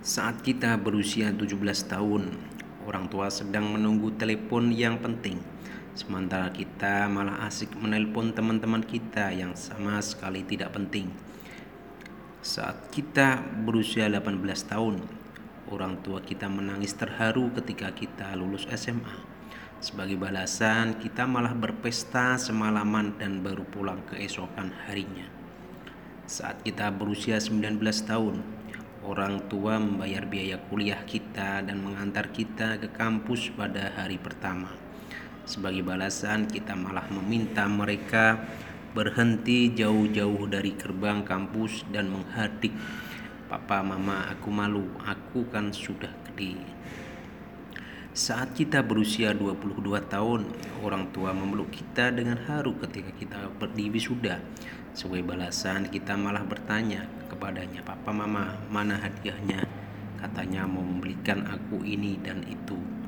Saat kita berusia 17 tahun, orang tua sedang menunggu telepon yang penting, sementara kita malah asik menelpon teman-teman kita yang sama sekali tidak penting. Saat kita berusia 18 tahun, orang tua kita menangis terharu ketika kita lulus SMA. Sebagai balasan, kita malah berpesta semalaman dan baru pulang keesokan harinya. Saat kita berusia 19 tahun, orang tua membayar biaya kuliah kita dan mengantar kita ke kampus pada hari pertama. Sebagai balasan, kita malah meminta mereka berhenti jauh-jauh dari gerbang kampus dan menghadik. "Papa, mama, aku malu, aku kan sudah gede." Saat kita berusia 22 tahun, orang tua memeluk kita dengan haru ketika kita wisuda. Sebagai balasan, kita malah bertanya kepadanya, "Papa, mama, mana hadiahnya?" Katanya mau membelikan aku ini dan itu.